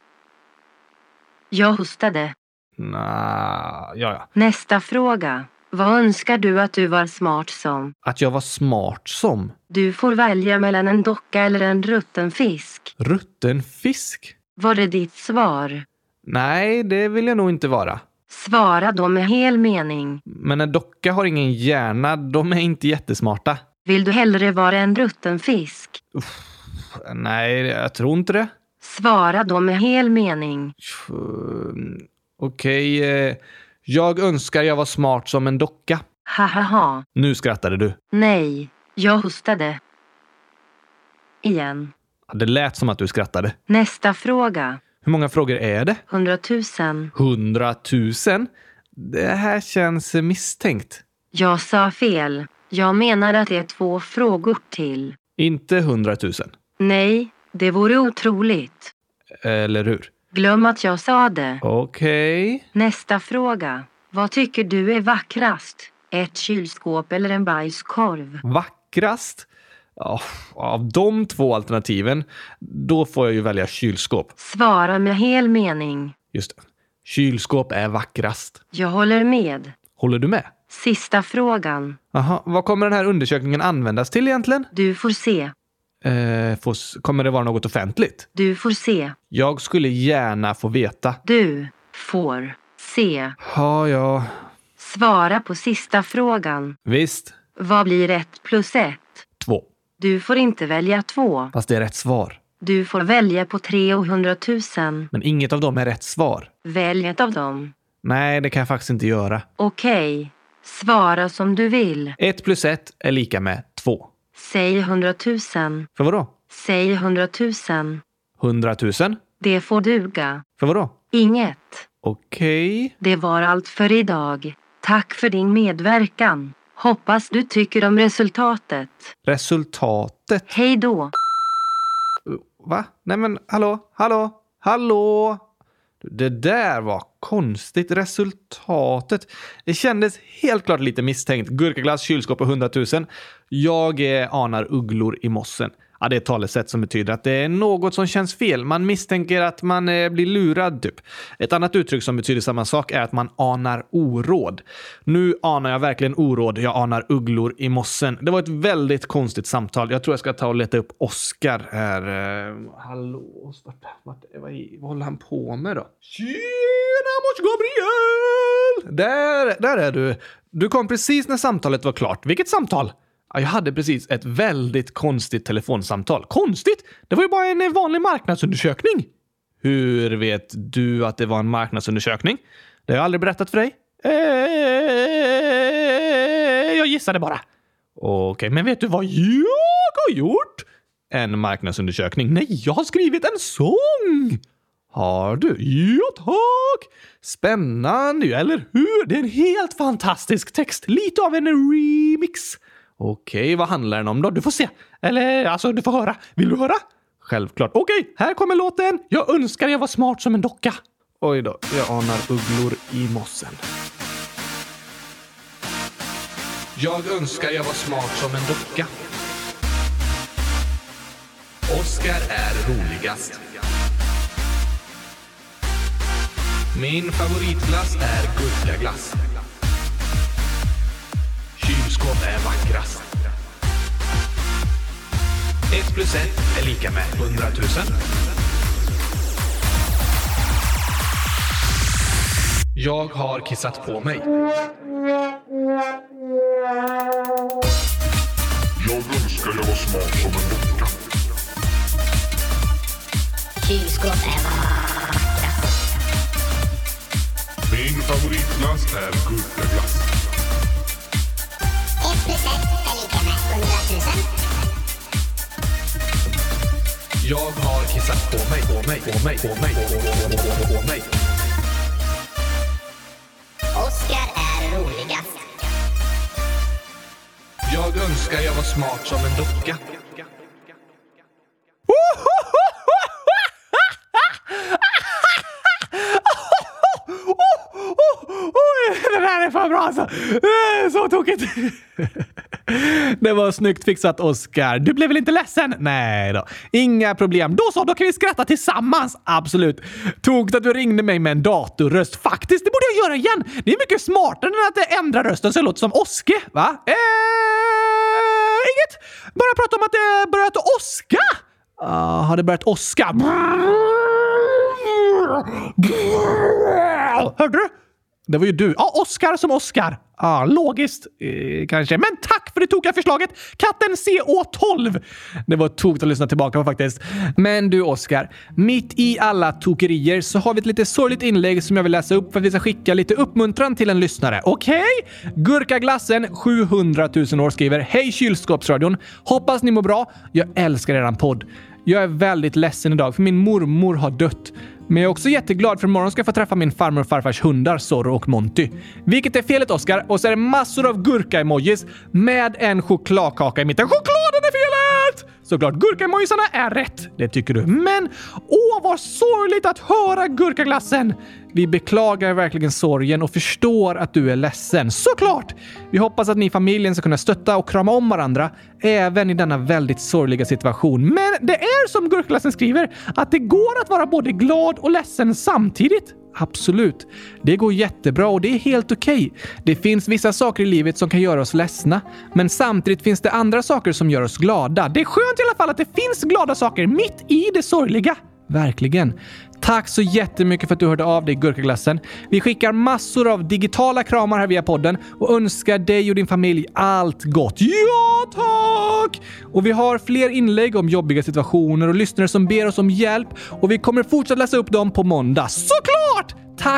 B: Jag hostade.
A: Ja.
B: Nästa fråga. Vad önskar du att du var smart som?
A: Att jag var smart som?
B: Du får välja mellan en docka eller en rutten fisk.
A: Rutten fisk?
B: Var det ditt svar?
A: Nej, det vill jag nog inte vara.
B: Svara då med hel mening.
A: Men en docka har ingen hjärna. De är inte jättesmarta.
B: Vill du hellre vara en rutten fisk?
A: Nej, jag tror inte det.
B: Svara då med hel mening.
A: Okej, jag önskar jag var smart som en docka.
B: Hahaha.
A: Nu skrattade du.
B: Nej, jag hostade. Igen.
A: Det lät som att du skrattade.
B: Nästa fråga.
A: Hur många frågor är det?
B: 100 000.
A: 100 000? Det här känns misstänkt.
B: Jag sa fel. Jag menar att det är 2 frågor till.
A: Inte 100 000.
B: Nej, det vore otroligt.
A: Eller hur?
B: Glöm att jag sa det.
A: Okej.
B: Nästa fråga. Vad tycker du är vackrast? Ett kylskåp eller en bajskorv?
A: Vackrast? Ja, av de 2 alternativen, då får jag ju välja kylskåp.
B: Svara med hel mening.
A: Just det. Kylskåp är vackrast.
B: Jag håller med.
A: Håller du med?
B: Sista frågan.
A: Aha, vad kommer den här undersökningen användas till egentligen?
B: Du får se.
A: Kommer det vara något offentligt?
B: Du får se.
A: Jag skulle gärna få veta.
B: Du får se.
A: Ja.
B: Svara på sista frågan.
A: Visst.
B: Vad blir 1 + 1?
A: 2.
B: Du får inte välja 2.
A: Fast det är rätt svar.
B: Du får välja på 300 000.
A: Men inget av dem är rätt svar.
B: Välj ett av dem.
A: Nej, det kan jag faktiskt inte göra.
B: Okej. Svara som du vill.
A: 1 + 1 är lika med 2.
B: Säg 100 000.
A: För vadå?
B: Säg 100 000.
A: 100 000?
B: Det får duga.
A: För vadå?
B: Inget.
A: Okej.
B: Det var allt för idag. Tack för din medverkan. Hoppas du tycker om resultatet.
A: Resultatet?
B: Hej då.
A: Va? Nej men, hallå? Det där var konstigt. Resultatet. Det kändes helt klart lite misstänkt. Gurkaglass, kylskåp och 100 000. Jag anar ugglor i mossen. Ja, det är ett talesätt som betyder att det är något som känns fel. Man misstänker att man blir lurad typ. Ett annat uttryck som betyder samma sak är att man anar oråd. Nu anar jag verkligen oråd. Jag anar ugglor i mossen. Det var ett väldigt konstigt samtal. Jag tror jag ska ta och leta upp Oscar här. Hallå, vad håller han på med då? Tjena, mors Gabriel! Där är du. Du kom precis när samtalet var klart. Vilket samtal? Jag hade precis ett väldigt konstigt telefonsamtal. Konstigt? Det var ju bara en vanlig marknadsundersökning. Hur vet du att det var en marknadsundersökning? Det har jag aldrig berättat för dig. Jag gissade bara. Okej, men vet du vad jag har gjort? En marknadsundersökning. Nej, jag har skrivit en sång. Har du? Ja, tack. Spännande, eller hur? Det är en helt fantastisk text. Lite av en remix. Okej, vad handlar den om då? Du får se. Eller, alltså, du får höra. Vill du höra? Självklart. Okej, här kommer låten. Jag önskar jag var smart som en docka. Oj då, jag anar ugglor i mossen. Jag önskar jag var smart som en docka. Oskar är roligast. Min favoritglass är gurkaglass. Kylskåp är vackrast. 1 + 1 är lika med 100 000. Jag har kissat på mig.
C: Jag önskar jag var smart som en docka.
D: Kylskåp är vackrast.
C: Min favoritglass är gurkaglass.
D: 1 + 1 är lika med 100 000.
A: Jag har kissat på mig.
D: Oskar är roligast.
A: Jag önskar jag var smart som en docka. Det här är för bra alltså. Så tokigt. Det var snyggt fixat, Oskar. Du blev väl inte ledsen? Nej då. Inga problem. Då kan vi skratta tillsammans. Absolut. Tokigt att du ringde mig med en datorröst. Faktiskt, det borde jag göra igen. Det är mycket smartare än att ändra rösten så det låter som Oske, va? Inget. Bara prata om att det börjat åska. Har det börjat åska? Hörde du? Det var ju du. Ja, Oskar som Oskar. Ja, logiskt kanske. Men tack för det tokiga förslaget. Katten CO12. Det var tokigt att lyssna tillbaka på faktiskt. Men du Oskar, mitt i alla tokerier så har vi ett lite sorgligt inlägg som jag vill läsa upp för att vi ska skicka lite uppmuntran till en lyssnare. Okej? Gurkaglassen 700 000 år skriver: Hej kylskåpsradion. Hoppas ni mår bra. Jag älskar eran podd. Jag är väldigt ledsen idag för min mormor har dött. Men jag är också jätteglad för imorgon ska jag få träffa min farmor och farfars hundar Zorro och Monty. Vilket är felet, Oskar? Och så är det massor av gurka-emojis med en chokladkaka i mitten. Chokladen är felet! Såklart, gurka-emojisarna är rätt. Det tycker du. Men, vad sorgligt att höra gurkaglassen. Vi beklagar verkligen sorgen och förstår att du är ledsen. Såklart! Vi hoppas att ni i familjen ska kunna stötta och krama om varandra även i denna väldigt sorgliga situation. Men det är som gurkaglassen skriver att det går att vara både glad och ledsen samtidigt. Absolut. Det går jättebra och det är helt okej. Det finns vissa saker i livet som kan göra oss ledsna. Men samtidigt finns det andra saker som gör oss glada. Det är skönt i alla fall att det finns glada saker mitt i det sorgliga. Verkligen. Tack så jättemycket för att du hörde av dig, gurkaglassen. Vi skickar massor av digitala kramar här via podden och önskar dig och din familj allt gott. Ja, tack! Och vi har fler inlägg om jobbiga situationer och lyssnare som ber oss om hjälp och vi kommer fortsätta läsa upp dem på måndag. Såklart!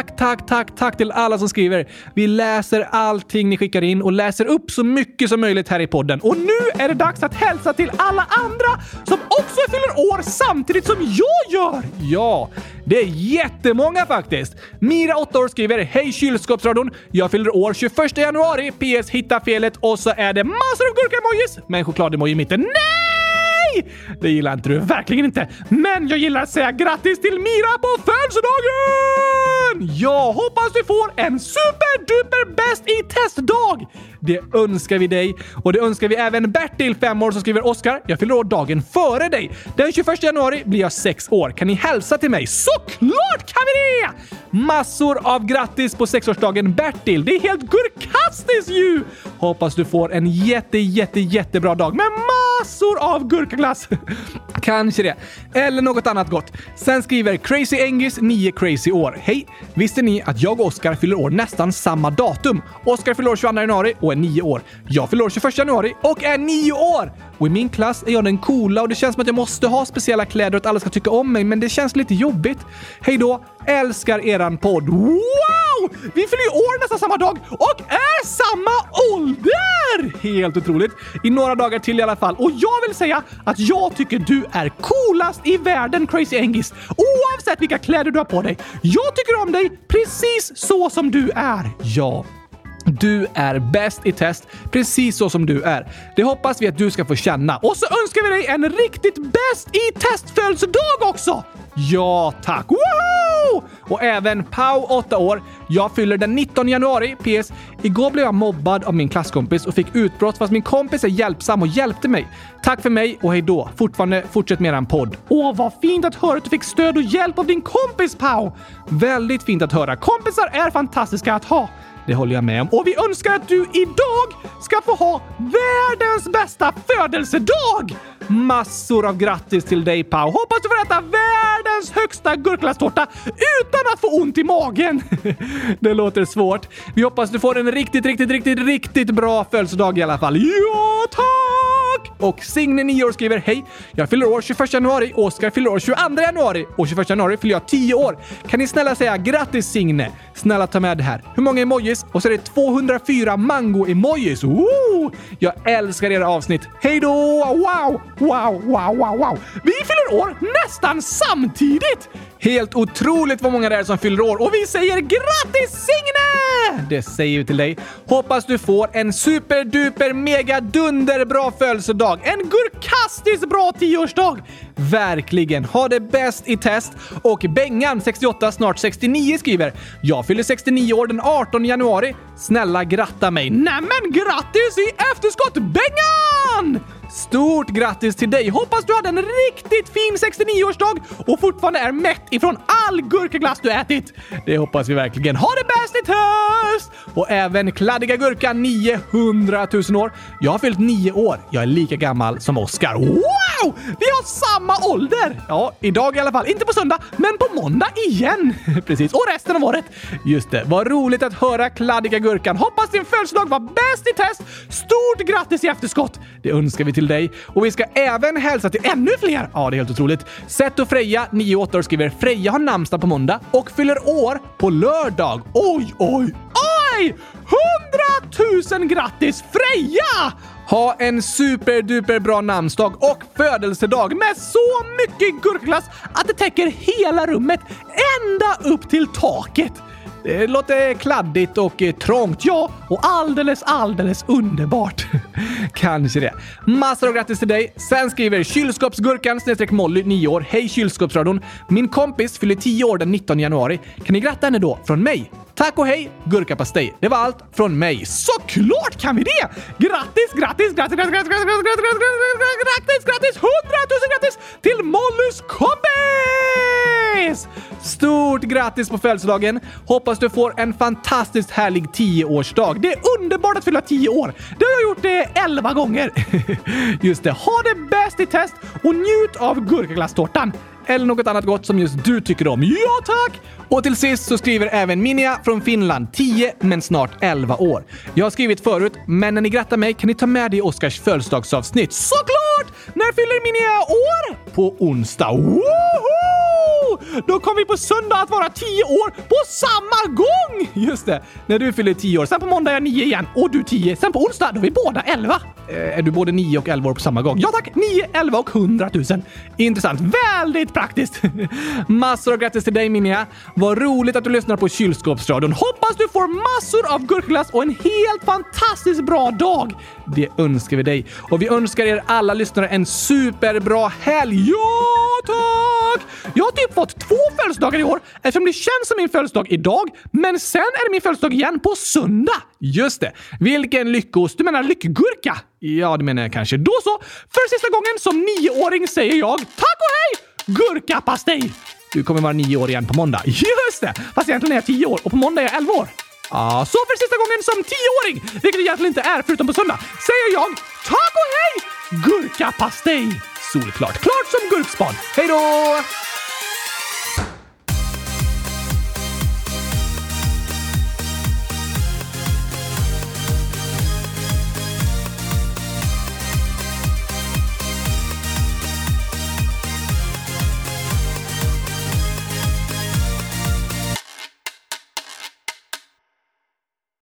A: Tack till alla som skriver. Vi läser allting ni skickar in och läser upp så mycket som möjligt här i podden. Och nu är det dags att hälsa till alla andra som också fyller år samtidigt som jag gör. Ja, det är jättemånga faktiskt. Mira 8 år skriver: Hej kylskåpsradion, jag fyller år 21 januari. PS hitta felet och så är det massor av gurka-emojis med en choklad-emoji i mitten. Nej! Det gillar inte du, verkligen inte. Men jag gillar att säga grattis till Mira på födelsedagen! Jag hoppas du får en superduper bäst i testdag! Det önskar vi dig. Och det önskar vi även Bertil, 5 år, som skriver: Oskar, jag fyller år dagen före dig. Den 21 januari blir jag 6 år. Kan ni hälsa till mig? Såklart kan vi det! Massor av grattis på 6-årsdagen Bertil. Det är helt gurkastiskt ju! Hoppas du får en jättebra dag med massor av gurkaglass. Kanske det. Eller något annat gott. Sen skriver Crazy Engis 9 crazy år. Hej! Visste ni att jag och Oskar fyller år nästan samma datum? Oskar fyller år 22 januari och är 9 år. Jag fyller år 21 januari och är 9 år! Och i min klass är jag den coola och det känns som att jag måste ha speciella kläder och att alla ska tycka om mig, men det känns lite jobbigt. Hej då! Älskar eran podd. Wow! Vi fyller ju år nästan samma dag och är samma ålder! Helt otroligt. I några dagar till i alla fall. Och jag vill säga att jag tycker du är coolast i världen, Crazy Engis. Oavsett vilka kläder du har på dig. Jag tycker om dig precis så som du är. Ja. Du är bäst i test, precis så som du är. Det hoppas vi att du ska få känna. Och så önskar vi dig en riktigt bäst i testfödelsedag också! Ja, tack! Woohoo! Och även Pau, 8 år. Jag fyller den 19 januari. PS. Igår blev jag mobbad av min klasskompis och fick utbrott fast min kompis är hjälpsam och hjälpte mig. Tack för mig och hej då. Fortsätt med en podd. Åh, vad fint att höra att du fick stöd och hjälp av din kompis, Pau. Väldigt fint att höra. Kompisar är fantastiska att ha. Det håller jag med om. Och vi önskar att du idag ska få ha världens bästa födelsedag! Massor av grattis till dig, Pau. Hoppas du får äta världens högsta gurkglasstårta utan att få ont i magen. Det låter svårt. Vi hoppas du får en riktigt bra födelsedag i alla fall. Ja, tack! Och Signe, 9 år, skriver hej. Jag fyller år 21 januari. Oskar fyller år 22 januari. Och 21 januari fyller jag 10 år. Kan ni snälla säga grattis, Signe? Snälla ta med det här. Hur många emojis? Och så är det 204 mango-emojis. Woo! Jag älskar era avsnitt. Hej då! Wow! Vi fyller år nästan samtidigt! Helt otroligt vad många det är som fyller år. Och vi säger grattis, Signe! Det säger vi till dig. Hoppas du får en superduper mega dunderbra födelsedag. En gurkastiskt bra 10-årsdag. Verkligen. Ha det bäst i test. Och Bengan, 68, snart 69, skriver: jag fyller 69 år den 18 januari. Snälla gratta mig. Nämen, grattis i efterskott, Bengan! Stort grattis till dig. Hoppas du hade en riktigt fin 69-årsdag och fortfarande är mätt ifrån all gurkaglass du ätit. Det hoppas vi verkligen. Ha det bäst i test! Och även Kladdiga Gurka, 900 000 år. Jag har fyllt 9 år. Jag är lika gammal som Oskar. Wow! Vi har samma ålder! Ja, idag i alla fall. Inte på söndag, men på måndag igen. Precis, och resten av året. Just det, vad roligt att höra, Kladdiga Gurkan. Hoppas din födelsedag var bäst i test. Stort grattis i efterskott. Det önskar vi till dig. Och vi ska även hälsa till ännu fler. Ja, det är helt otroligt. Seth och Freja, 9-8 år, skriver: Freja har namnsdag på måndag och fyller år på lördag. Oj! 100 000 grattis, Freja! Ha en superduper bra namnsdag och födelsedag med så mycket gurkglass att det täcker hela rummet ända upp till taket. Det låter kladdigt och trångt, ja, och alldeles underbart. Kanske det. Massor av grattis till dig. Sen skriver kylskåpsgurkan /Molly, 9 år. Hej kylskåpsradion. Min kompis fyller 10 år den 19 januari. Kan ni gratta henne då från mig? Tack och hej, gurkapastej. Det var allt från mig. Såklart kan vi det! Grattis! 100 000 grattis till Mollys kompis! Stort grattis på födelsedagen. Hoppas du får en fantastiskt härlig 10-årsdag. Det är underbart att fylla 10 år. Det har jag gjort det 11 gånger. Just det, ha det bäst i test och njut av gurkaglasstårtan. Eller något annat gott som just du tycker om. Ja, tack! Och till sist så skriver även Minja från Finland, 10 men snart 11 år. Jag har skrivit förut, men när ni grattar mig kan ni ta med det i Oskars födelsedagsavsnitt. Såklart! När fyller Minja år? På onsdag. Woho! Då kommer vi på söndag att vara 10 år på samma gång! Just det, när du fyller 10 år. Sen på måndag är jag 9 igen och du 10. Sen på onsdag då är vi båda 11. Är du både 9 och 11 år på samma gång? Ja tack, 9, 11 och 100 000. Intressant, väldigt praktiskt. Massor av grattis till dig, Minja. Vad roligt att du lyssnar på Kylskåpsradion. Hoppas du får massor av gurkglass och en helt fantastiskt bra dag. Det önskar vi dig. Och vi önskar er alla lyssnare en superbra helg. Ja tack! Jag har typ fått 2 födelsedagar i år eftersom det känns som min födelsedag idag. Men sen är det min födelsedag igen på söndag. Just det. Vilken lyckost. Du menar lyckgurka? Ja, det menar jag kanske. Då så. För sista gången som 9-åring säger jag tack och hej! Gurkapastej! Du kommer vara 9 år igen på måndag. Just det! Fast egentligen är jag 10 år och på måndag är jag 11 år. Ja, så för sista gången som 10-åring, vilket det egentligen inte är förutom på söndag, säger jag tack och hej! Gurkapastej! solklart. Klart som gurkspan. Hej då!